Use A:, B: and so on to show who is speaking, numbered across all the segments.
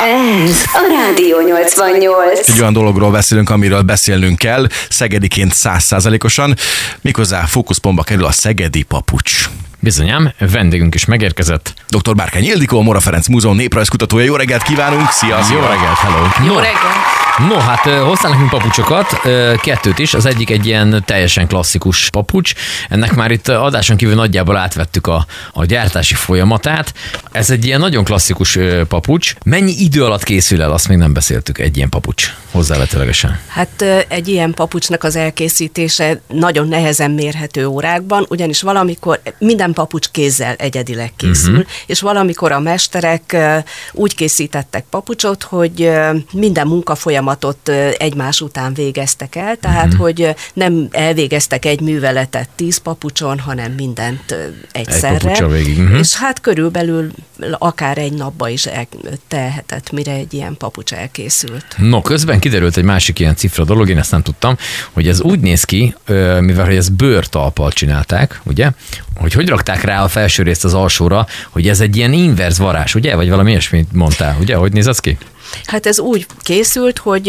A: Ez a Rádió 88.
B: Egy olyan dologról beszélünk, amiről beszélnünk kell, szegediként 100%-osan, méghozzá fókuszpontba kerül a szegedi papucs.
C: Bizonyám, vendégünk is megérkezett.
B: Dr. Bárkány Ildikó, a Móra Ferenc Múzeum néprajzkutatója. Jó reggelt kívánunk, szia!
C: Jó reggelt, hello!
D: Jó reggelt!
C: No, hát hoztál nekünk papucsokat, kettőt is, az egyik egy ilyen teljesen klasszikus papucs, ennek már itt adáson kívül nagyjából átvettük a gyártási folyamatát. Ez egy ilyen nagyon klasszikus papucs. Mennyi idő alatt készül el, azt még nem beszéltük, egy ilyen papucs hozzávetőlegesen?
D: Hát egy ilyen papucsnak az elkészítése nagyon nehezen mérhető órákban, ugyanis valamikor minden papucs kézzel egyedileg készül, és valamikor a mesterek úgy készítettek papucsot, hogy minden munkafolyamatot egymás után végeztek el, tehát hogy nem elvégeztek egy műveletet 10 papucson, hanem mindent egyszerre.
C: Egy papucsa végig.
D: És hát körülbelül akár egy napba is telhetett, mire egy ilyen papucs elkészült.
C: No, közben kiderült egy másik ilyen cifra dolog, én ezt nem tudtam, hogy ez úgy néz ki, mivel hogy ezt bőrtalppal csinálták, ugye, hogy rakták rá a felső részt az alsóra, hogy ez egy ilyen inverz varázs, ugye? Vagy valami ilyesmit mondtál, ugye? Hogy néz ez ki?
D: Hát ez úgy készült, hogy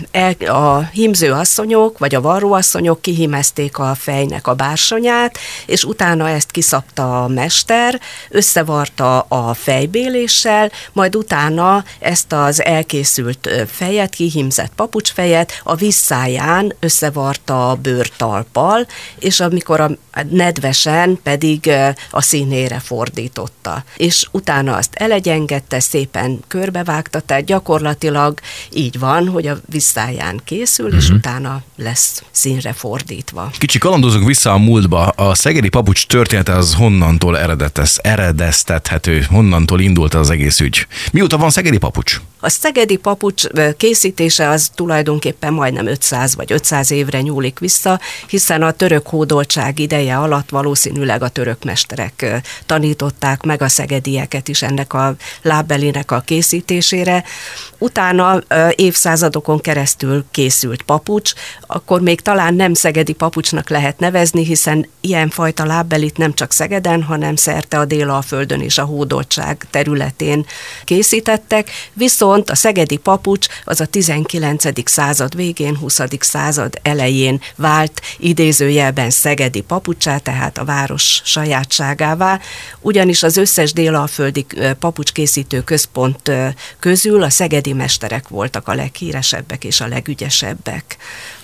D: a hímző asszonyok, vagy a varróasszonyok kihímezték a fejnek a bársonyát, és utána ezt kiszabta a mester, összevarta a fejbéléssel, majd utána ezt az elkészült fejet, kihímzett papucsfejet a visszáján összevarta a bőrtalppal, és amikor a nedvesen pedig a színére fordította. És utána azt elegyengette, szépen körbevágta, tehát gyakorlatilag így van, hogy a visszáján készül, és utána lesz színre fordítva.
B: Kicsi kalandozunk vissza a múltba. A szegedi papucs története az honnantól eredeztethető? Honnantól indult az egész ügy? Mióta van szegedi papucs?
D: A szegedi papucs készítése az tulajdonképpen majdnem 500 vagy 500 évre nyúlik vissza, hiszen a török hódoltság ideje alatt valószínűleg a török mesterek tanították meg a szegedieket is ennek a lábbelinek a készítésére. Utána évszázadokon keresztül készült papucs, akkor még talán nem szegedi papucsnak lehet nevezni, hiszen ilyenfajta lábbelit nem csak Szegeden, hanem szerte a Délalföldön és a hódoltság területén készítettek, viszont a szegedi papucs az a 19. század végén, 20. század elején vált idézőjelben szegedi papucsá, tehát a város sajátságává, ugyanis az összes délalföldi papucskészítő központ közül a szegedi mesterek voltak a leghíresebbek és a legügyesebbek.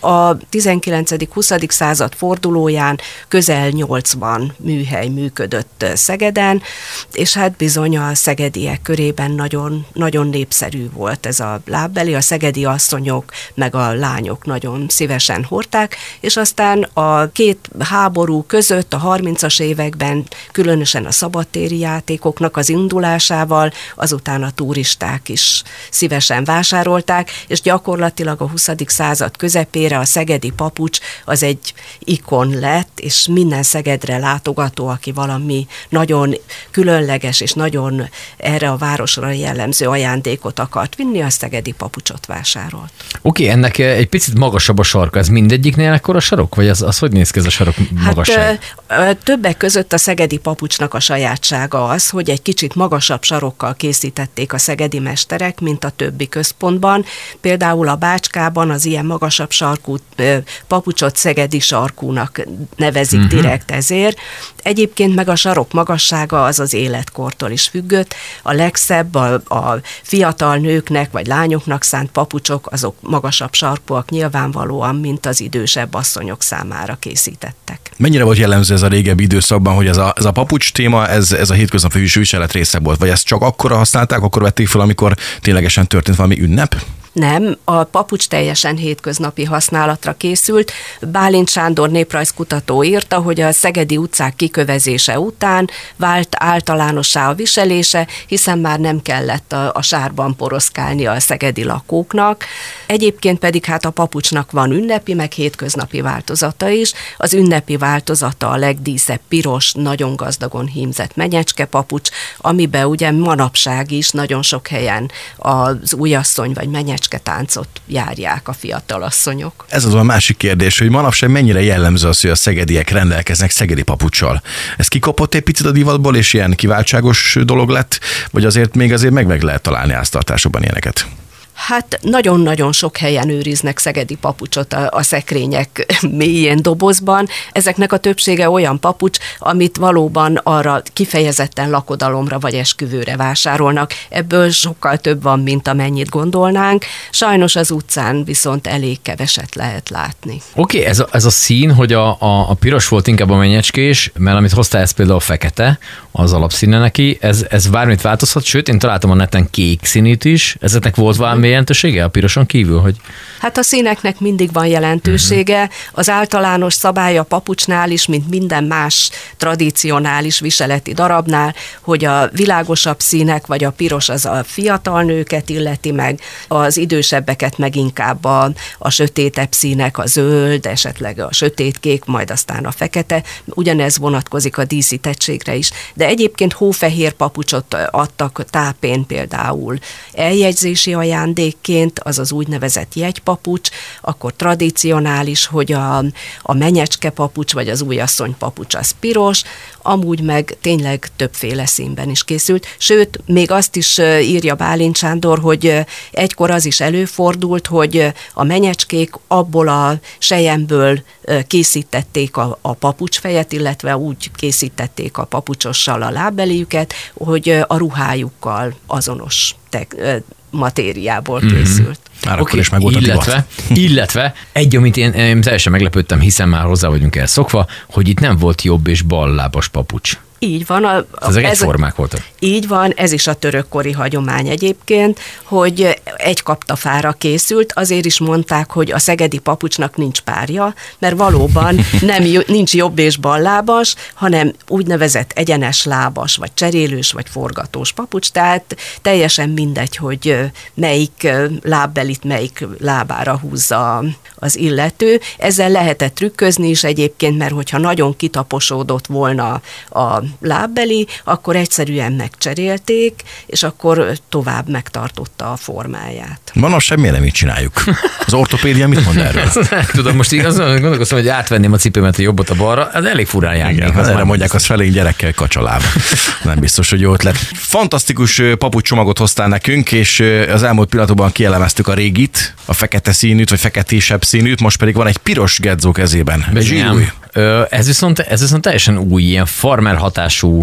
D: A 19.-20. század fordulóján közel 80 műhely működött Szegeden, és hát bizony a szegediek körében nagyon, nagyon népszerű volt ez a lábbeli, a szegedi asszonyok meg a lányok nagyon szívesen hordták, és aztán a két háború között a 30-as években, különösen a szabadtéri játékoknak az indulásával, azután a turisták is szívesen vásárolták, és gyakorlatilag a 20. század közepére a szegedi papucs az egy ikon lett, és minden Szegedre látogató, aki valami nagyon különleges és nagyon erre a városra jellemző ajándékot akart vinni, a szegedi papucsot vásárolt.
C: Oké, ennek egy picit magasabb a sarka, ez mindegyiknél ekkora sarok? Vagy az hogy néz ki ez a sarok magasság?
D: Hát, többek között a szegedi papucsnak a sajátsága az, hogy egy kicsit magasabb sarokkal készítették a szegedi mesterek, mint a többi központban. Például a Bácskában az ilyen magasabb sarkú papucsot szegedi sarkúnak nevezik direkt ezért. Egyébként meg a sarok magassága az az életkortól is függött. A legszebb a fiatal nőknek vagy lányoknak szánt papucsok, azok magasabb sarkúak nyilvánvalóan, mint az idősebb asszonyok számára készítettek.
B: Mennyire volt jellemző ez a régebbi időszakban, hogy ez a papucs téma, ez a hétköznapi viselet része volt? Vagy ezt csak akkor használták, akkor vették fel, amikor ténylegesen történt valami ünnep?
D: Nem, a papucs teljesen hétköznapi használatra készült. Bálint Sándor néprajzkutató írta, hogy a szegedi utcák kikövezése után vált általánossá a viselése, hiszen már nem kellett a sárban poroszkálni a szegedi lakóknak. Egyébként pedig hát a papucsnak van ünnepi, meg hétköznapi változata is. Az ünnepi változata a legdíszebb piros, nagyon gazdagon hímzett menyecske papucs, amiben ugye manapság is nagyon sok helyen az újasszony vagy menyecske menyecske táncot járják a fiatal asszonyok.
B: Ez az a másik kérdés, hogy manapság mennyire jellemző az, hogy a szegediek rendelkeznek szegedi papuccsal. Ez kikopott egy picit a divatból, és ilyen kiváltságos dolog lett, vagy azért meg lehet találni háztartásokban ilyeneket?
D: Hát nagyon-nagyon sok helyen őriznek szegedi papucsot a szekrények mélyén dobozban. Ezeknek a többsége olyan papucs, amit valóban arra kifejezetten lakodalomra vagy esküvőre vásárolnak. Ebből sokkal több van, mint amennyit gondolnánk. Sajnos az utcán viszont elég keveset lehet látni.
C: Oké, ez a szín, hogy a piros volt inkább a menyecskés, mert amit hoztál, ez például a fekete, az alapszíne neki, ez bármit változhat, sőt, én találtam a neten kék színűt is, ezeknek volt valami jelentősége a piroson kívül, hogy...
D: Hát a színeknek mindig van jelentősége. Az általános szabály a papucsnál is, mint minden más tradicionális viseleti darabnál, hogy a világosabb színek, vagy a piros az a fiatal nőket illeti meg, az idősebbeket meg inkább a sötétebb színek, a zöld, esetleg a sötétkék, majd aztán a fekete. Ugyanez vonatkozik a díszítettségre is. De egyébként hófehér papucsot adtak tápén például eljegyzési ajándékként, az az úgynevezett jegypapucs, akkor tradicionális, hogy a menyecske papucs, vagy az újasszony papucs az piros, amúgy meg tényleg többféle színben is készült. Sőt, még azt is írja Bálint Sándor, hogy egykor az is előfordult, hogy a menyecskék abból a selyemből készítették a papucsfejet, illetve úgy készítették a papucsossal a lábbelijüket, hogy a ruhájukkal azonos matériából készült.
B: Már akkor is meg volt a divat.
C: Illetve egy, amit én teljesen meglepődtem, hiszen már hozzá vagyunk elszokva, hogy itt nem volt jobb és bal lábas papucs.
D: Így van.
C: Ezek egyformák voltak.
D: Így van, ez is a törökkori hagyomány egyébként, hogy egy kaptafára készült, azért is mondták, hogy a szegedi papucsnak nincs párja, mert valóban nincs jobb és ballábas, hanem úgynevezett egyenes lábas, vagy cserélős, vagy forgatós papucs, tehát teljesen mindegy, hogy melyik lábbelit melyik lábára húzza az illető. Ezzel lehetett trükközni is egyébként, mert hogyha nagyon kitaposódott volna a lábbeli, akkor egyszerűen megcserélték, és akkor tovább megtartotta a formáját.
B: Manapság miért nem így csináljuk? Az ortopédia mit mond erről?
C: Tudom, most igazán gondolkoztam, hogy átvenném a cipőmet a jobbot a balra, ez elég furán járnék.
B: Erre mondják, az felénk gyerekkel kacsaláb. Nem biztos, hogy jó ötlet. Fantasztikus papucscsomagot hoztál nekünk, és az elmúlt pillanatokban kielemeztük a régit, a fekete színűt, vagy feketésebb színűt, most pedig van egy piros gedzó kezében. Ez viszont teljesen új, ilyen farmer hatású,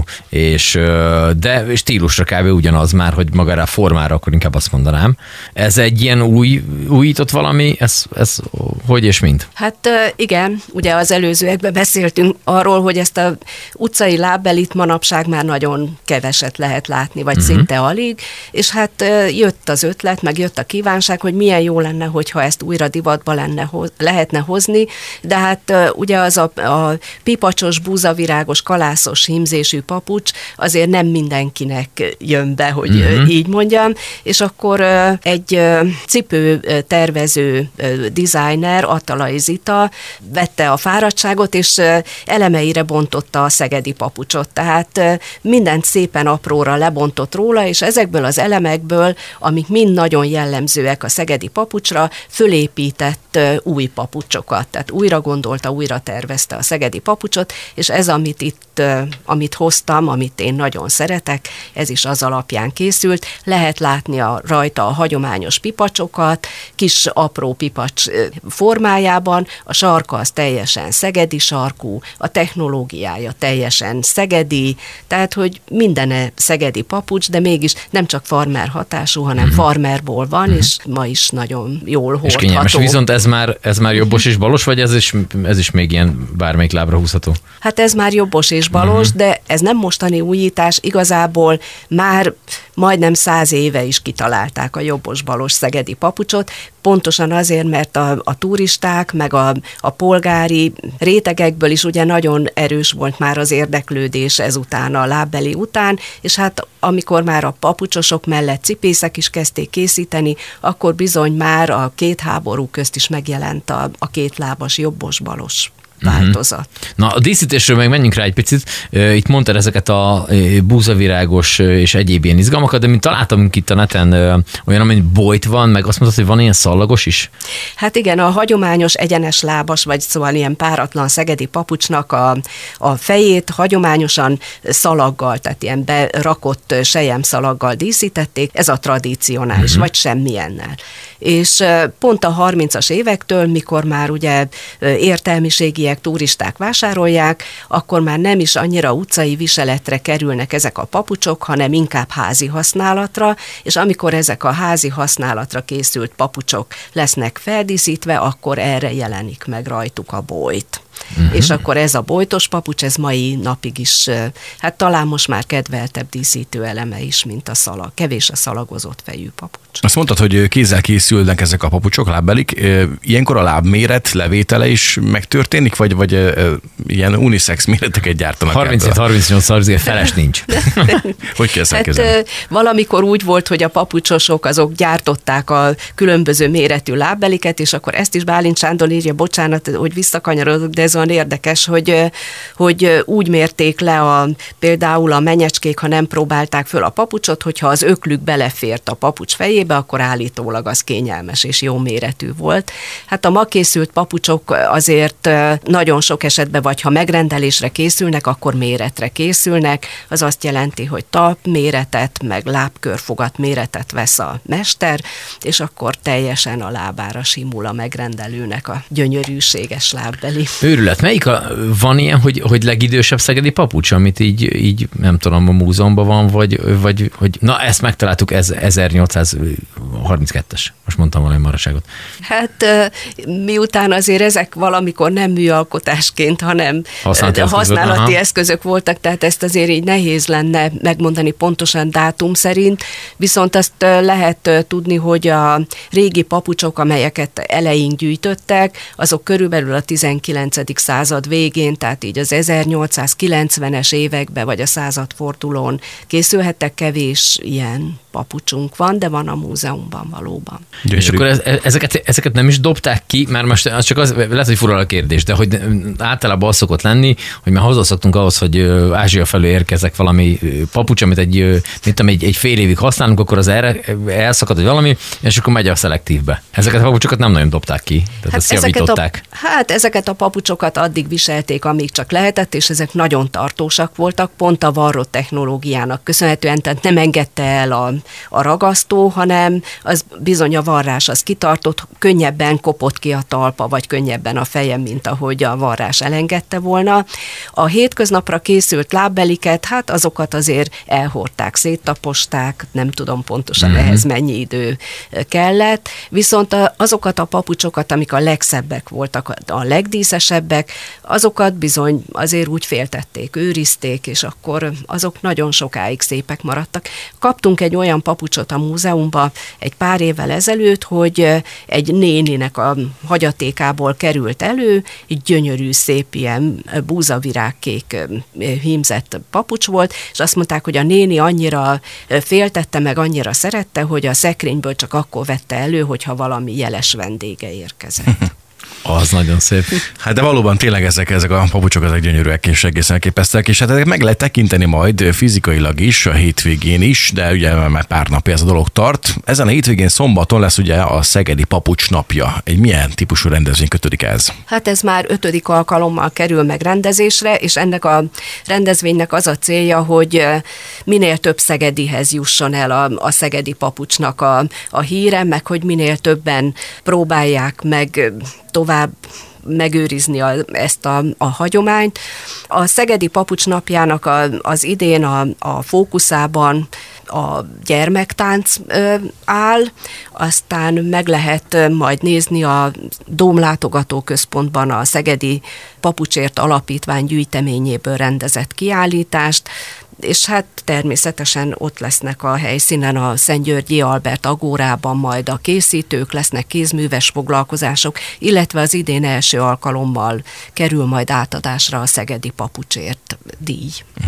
B: de stílusra kb. Ugyanaz már, hogy magára a formára, akkor inkább azt mondanám. Ez egy ilyen újított valami, ez hogy és mint?
D: Hát igen, ugye az előzőekben beszéltünk arról, hogy ezt a utcai lábbelit manapság már nagyon keveset lehet látni, vagy szinte alig, és hát jött az ötlet, meg jött a kívánság, hogy milyen jó lenne, hogyha ezt újra divatba lehetne hozni, de hát ugye az a pipacsos, búzavirágos, kalászos hímzésű papucs azért nem mindenkinek jön be, hogy így mondjam, és akkor egy cipő tervező designer, Attalai Zita vette a fáradtságot, és elemeire bontotta a szegedi papucsot, tehát mindent szépen apróra lebontott róla, és ezekből az elemekből, amik mind nagyon jellemzőek a szegedi papucsra, fölépített új papucsokat, tehát újra gondolta, újra tervezte a szegedi papucsot, és ez, amit hoztam, amit én nagyon szeretek, ez is az alapján készült. Lehet látni rajta a hagyományos pipacsokat, kis apró pipacs formájában, a sarka az teljesen szegedi sarkú, a technológiája teljesen szegedi, tehát, hogy mindene szegedi papucs, de mégis nem csak farmer hatású, hanem farmerból van, és ma is nagyon jól hordható. És
C: kényelmes, viszont ez már jobbos és balos, vagy ez is még ilyen bármelyik lábra húzható? Hát
D: ez már jobbos és balos, de ez nem mostani újítás, igazából már majdnem 100 éve is kitalálták a jobbos-balos szegedi papucsot, pontosan azért, mert a turisták, meg a polgári rétegekből is ugye nagyon erős volt már az érdeklődés ezután, a lábbeli után, és hát amikor már a papucsosok mellett cipészek is kezdték készíteni, akkor bizony már a két háború közt is megjelent a kétlábas jobbos-balos változat.
C: Na, a díszítésről meg menjünk rá egy picit. Itt mondtad ezeket a búzavirágos és egyéb ilyen izgalmakat, de mint találtam itt a neten olyan, amely bojt van, meg azt mondtad, hogy van ilyen szallagos is?
D: Hát igen, a hagyományos egyenes lábas, vagy szóval ilyen páratlan szegedi papucsnak a fejét hagyományosan szalaggal, tehát ilyen berakott selyemszalaggal díszítették, ez a tradicionális, vagy semmilyennel. És pont a 30-as évektől, mikor már ugye értelmiségiek, turisták vásárolják, akkor már nem is annyira utcai viseletre kerülnek ezek a papucsok, hanem inkább házi használatra, és amikor ezek a házi használatra készült papucsok lesznek feldíszítve, akkor erre jelenik meg rajtuk a bojt. És akkor ez a bojtos papucs, ez mai napig is, hát talán most már kedveltebb díszítő eleme is, mint a szalag. Kevés a szalagozott fejű papucs.
B: Azt mondtad, hogy kézzel készülnek ezek a papucsok, lábbelik. Ilyenkor a lábméret levétele is megtörténik, vagy ilyen unisex méreteket gyártanak?
C: 37-38 feles nincs.
B: Hogy kell ezt elkezdeni?
D: Valamikor úgy volt, hogy a papucsosok azok gyártották a különböző méretű lábbeliket, és akkor ezt is Bálint Sándor írja, bocsánat, hogy visszakanyarodok, de ez olyan érdekes, hogy úgy mérték le például a menyecskék, ha nem próbálták föl a papucsot, hogyha az öklük belefért a papucs fejébe, akkor állítólag az kényelmes és jó méretű volt. Hát a ma készült papucsok azért nagyon sok esetben, vagy ha megrendelésre készülnek, akkor méretre készülnek. Az azt jelenti, hogy talp méretet, meg lábkörfogat méretet vesz a mester, és akkor teljesen a lábára simul a megrendelőnek a gyönyörűséges lábbeli.
C: Őrület. Melyik van ilyen, hogy legidősebb szegedi papucs, amit így nem tudom, a múzeumban van, vagy hogy na ezt megtaláltuk, ez 1832-es. Most mondtam valami maraságot.
D: Hát miután azért ezek valamikor nem műalkotásként, hanem használati eszközök voltak, tehát ezt azért így nehéz lenne megmondani pontosan dátum szerint, viszont azt lehet tudni, hogy a régi papucsok, amelyeket elején gyűjtöttek, azok körülbelül a 19. század végén, tehát így az 1890-es években, vagy a századfordulón készülhettek, kevés ilyen papucsunk van, de van a múzeumban valóban.
C: Gyönyörű. És akkor ezeket nem is dobták ki, mert most az csak az, lehet, hogy fura a kérdés, de hogy általában az szokott lenni, hogy már hozzászoktunk ahhoz, hogy Ázsia felől érkezek valami papucs, amit egy fél évig használunk, akkor az elszakad, hogy valami, és akkor megy a szelektívbe. Ezeket a papucsokat nem nagyon dobták ki, tehát ezt javították.
D: Ezeket a papucsokat addig viselték, amíg csak lehetett, és ezek nagyon tartósak voltak, pont a varrott technológiának köszönhetően, tehát nem engedte el a ragasztó, hanem az bizony a varrás az kitartott, könnyebben kopott ki a talpa, vagy könnyebben a fejem, mint ahogy a varrás elengedte volna. A hétköznapra készült lábbeliket, hát azokat azért elhordták, széttaposták, nem tudom pontosan ehhez mennyi idő kellett, viszont azokat a papucsokat, amik a legszebbek voltak, a legdíszesebbek, azokat bizony azért úgy féltették, őrizték, és akkor azok nagyon sokáig szépek maradtak. Kaptunk egy olyan papucsot a múzeumba egy pár évvel ezelőtt, hogy egy néninek a hagyatékából került elő, egy gyönyörű, szép ilyen búzavirágkék hímzett papucs volt, és azt mondták, hogy a néni annyira féltette, meg annyira szerette, hogy a szekrényből csak akkor vette elő, hogyha valami jeles vendége érkezett.
C: Az nagyon szép.
B: Hát de valóban tényleg ezek a papucsok ezek gyönyörűek és egészen elképesztőek, és hát ezek meg lehet tekinteni majd fizikailag is, a hétvégén is, de ugye már pár napja ez a dolog tart. Ezen a hétvégén szombaton lesz ugye a Szegedi Papucs napja. Egy milyen típusú rendezvény kötődik ez?
D: Hát ez már 5. alkalommal kerül meg rendezésre, és ennek a rendezvénynek az a célja, hogy minél több szegedihez jusson el a szegedi papucsnak a híre, meg hogy minél többen próbálják meg tovább megőrizni ezt a hagyományt. A Szegedi Papucs napjának az idén a fókuszában a gyermektánc áll, aztán meg lehet majd nézni a Dómlátogatóközpontban a Szegedi Papucsért Alapítvány gyűjteményéből rendezett kiállítást, és hát természetesen ott lesznek a helyszínen a Szentgyörgyi Albert Agórában majd a készítők, lesznek kézműves foglalkozások, illetve az idén első alkalommal kerül majd átadásra a Szegedi Papucsért díj.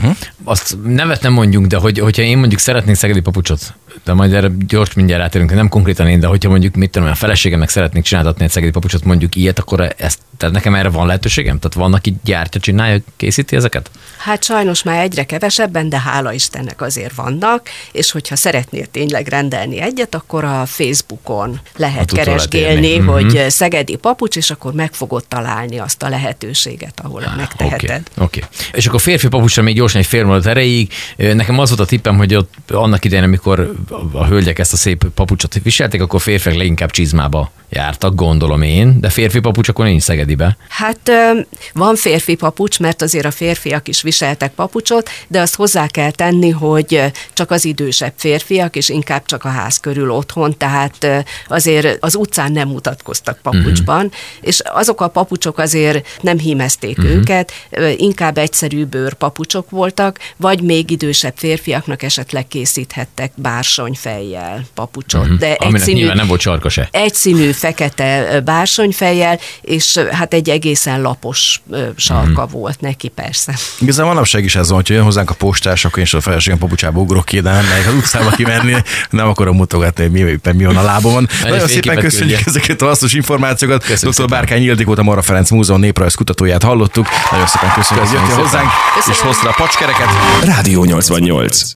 C: Azt nevet nem mondjuk, de hogyha én mondjuk szeretnék szegedi papucsot, de majd erre gyors mindjárt rátérünk, nem konkrétan én, de hogyha mondjuk mit tudom, a feleségemnek szeretnék csináltatni egy szegedi papucsot, mondjuk ilyet, akkor ezt Tehát nekem erre van lehetőségem? Tehát van, aki gyártja, csinálja, készíti ezeket?
D: Hát sajnos már egyre kevesebben, de hála Istennek azért vannak, és hogyha szeretnél tényleg rendelni egyet, akkor a Facebookon lehet keresgélni, hogy szegedi papucs, és akkor meg fogod találni azt a lehetőséget, ahol megteheted.
C: Oké. És akkor férfi papucsra még gyorsan egy fél mondat erejéig. Nekem az volt a tippem, hogy ott annak idején, amikor a hölgyek ezt a szép papucsot viselték, akkor férfiak leginkább csizmába jártak, gondolom én, de férfi papucs akkor nincs Szegedibe.
D: Hát van férfi papucs, mert azért a férfiak is viseltek papucsot, de azt hozzá kell tenni, hogy csak az idősebb férfiak, és inkább csak a ház körül otthon, tehát azért az utcán nem mutatkoztak papucsban, és azok a papucsok azért nem hímezték őket, inkább egyszerű bőrpapucsok voltak, vagy még idősebb férfiaknak esetleg készíthettek bársonyfejjel papucsot. De
C: nyilván nem volt sarka se.
D: Egyszínű fekete bársonyfejjel, és hát egy egészen lapos sarka volt neki, persze.
B: Igazából manapság is ez van, hogy jön hozzánk a postás, akkor én is a feleségem papucsába ugrok ki, de nem megyek az utcába kimenni, nem akarom mutogatni, hogy mi van a lábamon. Nagyon szépen köszönjük ezeket a hasznos információkat. Dr. Bárkány Ildikót, a Mora Ferenc Múzeum néprajz kutatóját hallottuk. Nagyon szépen köszönjük, hogy jöttél hozzánk, és hoztad a pacskereket.
E: Rádió 88.